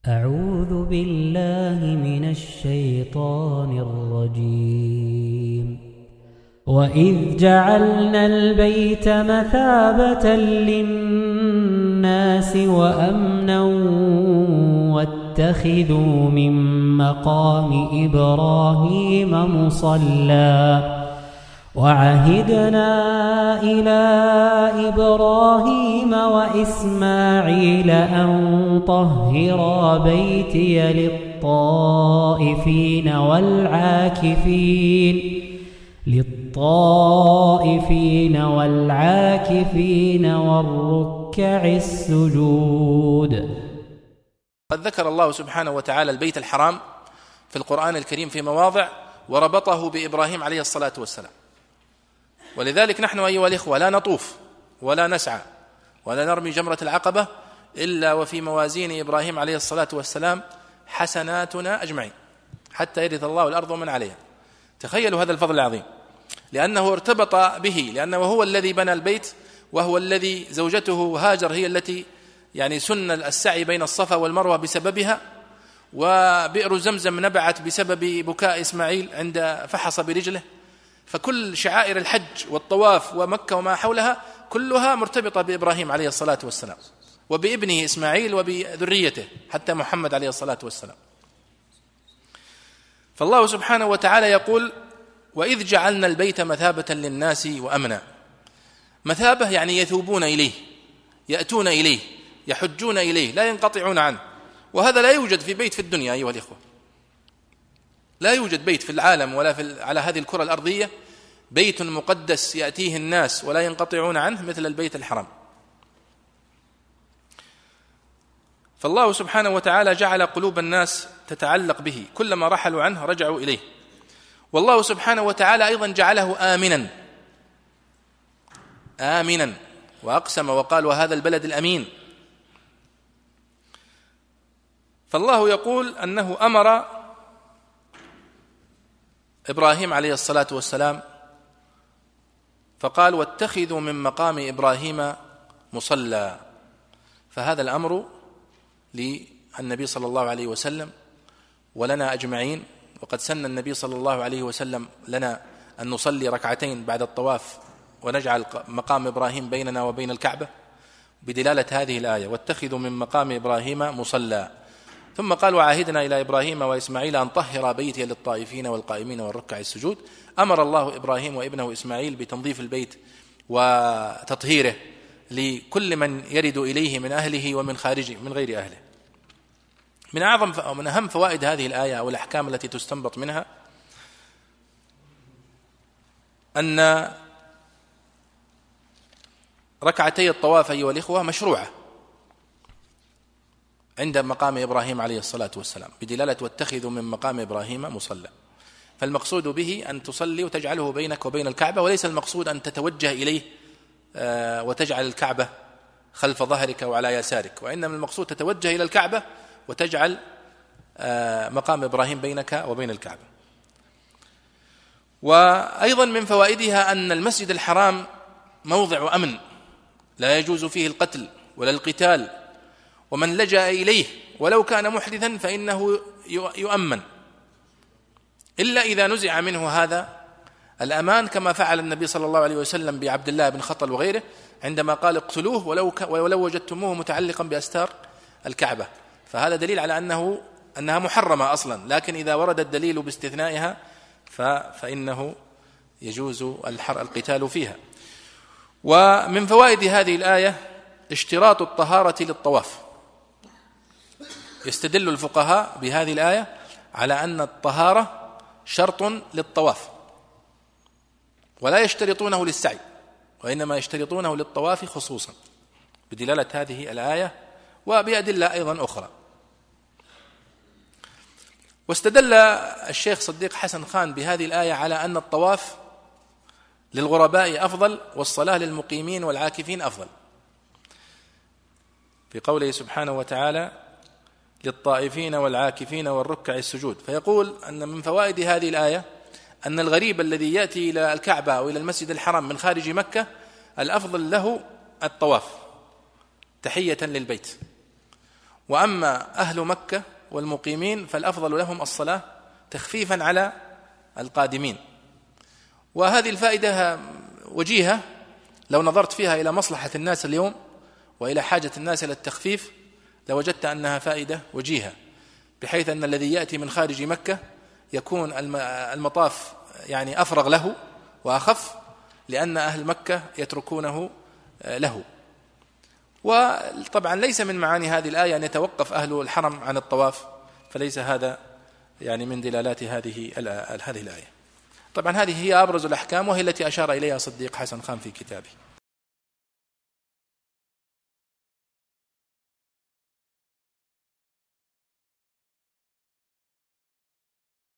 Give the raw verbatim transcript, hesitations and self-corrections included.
أعوذ بالله من الشيطان الرجيم. وإذ جعلنا البيت مثابة للناس وأمنا واتخذوا من مقام إبراهيم مصلى وعهدنا إلى إبراهيم وإسماعيل أن طهرا بيتي للطائفين والعاكفين للطائفين والعاكفين والركع السجود. قد ذكر الله سبحانه وتعالى البيت الحرام في القرآن الكريم في مواضع وربطه بإبراهيم عليه الصلاة والسلام، ولذلك نحن أيها الإخوة لا نطوف ولا نسعى ولا نرمي جمرة العقبة إلا وفي موازين إبراهيم عليه الصلاة والسلام حسناتنا أجمعين حتى يرث الله الأرض ومن عليها. تخيلوا هذا الفضل العظيم، لأنه ارتبط به، لأنه هو الذي بنى البيت، وهو الذي زوجته هاجر هي التي يعني سن السعي بين الصفا والمروة بسببها، وبئر زمزم نبعت بسبب بكاء إسماعيل عند فحص برجله. فكل شعائر الحج والطواف ومكة وما حولها كلها مرتبطة بإبراهيم عليه الصلاة والسلام وبابنه إسماعيل وبذريته حتى محمد عليه الصلاة والسلام. فالله سبحانه وتعالى يقول: وإذ جعلنا البيت مثابة للناس وأمنا. مثابة يعني يثوبون إليه، يأتون إليه، يحجون إليه، لا ينقطعون عنه. وهذا لا يوجد في بيت في الدنيا أيها الإخوة، لا يوجد بيت في العالم ولا في على هذه الكرة الأرضية بيت مقدس يأتيه الناس ولا ينقطعون عنه مثل البيت الحرام. فالله سبحانه وتعالى جعل قلوب الناس تتعلق به، كلما رحلوا عنه رجعوا إليه. والله سبحانه وتعالى أيضا جعله آمنا آمنا وأقسم وقال: وهذا البلد الأمين. فالله يقول أنه أمر إبراهيم عليه الصلاة والسلام فقال: واتخذوا من مقام إبراهيم مصلى. فهذا الأمر للنبي صلى الله عليه وسلم ولنا أجمعين، وقد سن النبي صلى الله عليه وسلم لنا أن نصلي ركعتين بعد الطواف ونجعل مقام إبراهيم بيننا وبين الكعبة بدلالة هذه الآية: واتخذوا من مقام إبراهيم مصلى. ثم قال: وعاهدنا إلى إبراهيم وإسماعيل أن طهر بيتي للطائفين والقائمين والركع السجود. أمر الله إبراهيم وابنه إسماعيل بتنظيف البيت وتطهيره لكل من يرد إليه من أهله ومن خارجه من غير أهله. من أعظم ومن أهم فوائد هذه الآية أو الأحكام التي تستنبط منها أن ركعتي الطواف أيها الإخوة مشروعة عند مقام إبراهيم عليه الصلاة والسلام بدلالة: واتخذوا من مقام إبراهيم مصلى. فالمقصود به أن تصلي وتجعله بينك وبين الكعبة، وليس المقصود أن تتوجه إليه وتجعل الكعبة خلف ظهرك وعلى يسارك، وإنما المقصود تتوجه إلى الكعبة وتجعل مقام إبراهيم بينك وبين الكعبة. وأيضا من فوائدها أن المسجد الحرام موضع أمن لا يجوز فيه القتل ولا القتال، ومن لجأ إليه ولو كان محدثا فإنه يؤمن، إلا إذا نزع منه هذا الأمان، كما فعل النبي صلى الله عليه وسلم بعبد الله بن خطل وغيره عندما قال: اقتلوه ولو, ولو وجدتموه متعلقا بأستار الكعبة. فهذا دليل على أنه أنها محرمة أصلا، لكن إذا ورد الدليل باستثنائها فإنه يجوز القتال فيها. ومن فوائد هذه الآية اشتراط الطهارة للطواف. يستدل الفقهاء بهذه الآية على أن الطهارة شرط للطواف، ولا يشترطونه للسعي، وإنما يشترطونه للطواف خصوصا بدلالة هذه الآية وبأدلة أيضا أخرى. واستدل الشيخ صديق حسن خان بهذه الآية على أن الطواف للغرباء أفضل والصلاة للمقيمين والعاكفين أفضل، في قوله سبحانه وتعالى: للطائفين والعاكفين والركع السجود. فيقول أن من فوائد هذه الآية أن الغريب الذي يأتي إلى الكعبة أو إلى المسجد الحرام من خارج مكة الأفضل له الطواف تحية للبيت، وأما أهل مكة والمقيمين فالأفضل لهم الصلاة تخفيفا على القادمين. وهذه الفائدة وجيهة لو نظرت فيها إلى مصلحة الناس اليوم وإلى حاجة الناس إلى التخفيف لوجدت أنها فائدة وجيهة، بحيث أن الذي يأتي من خارج مكة يكون المطاف يعني أفرغ له وأخف، لأن أهل مكة يتركونه له. وطبعا ليس من معاني هذه الآية أن يتوقف أهل الحرم عن الطواف، فليس هذا يعني من دلالات هذه هذه الآية. طبعا هذه هي أبرز الأحكام، وهي التي أشار إليها صديق حسن خان في كتابه.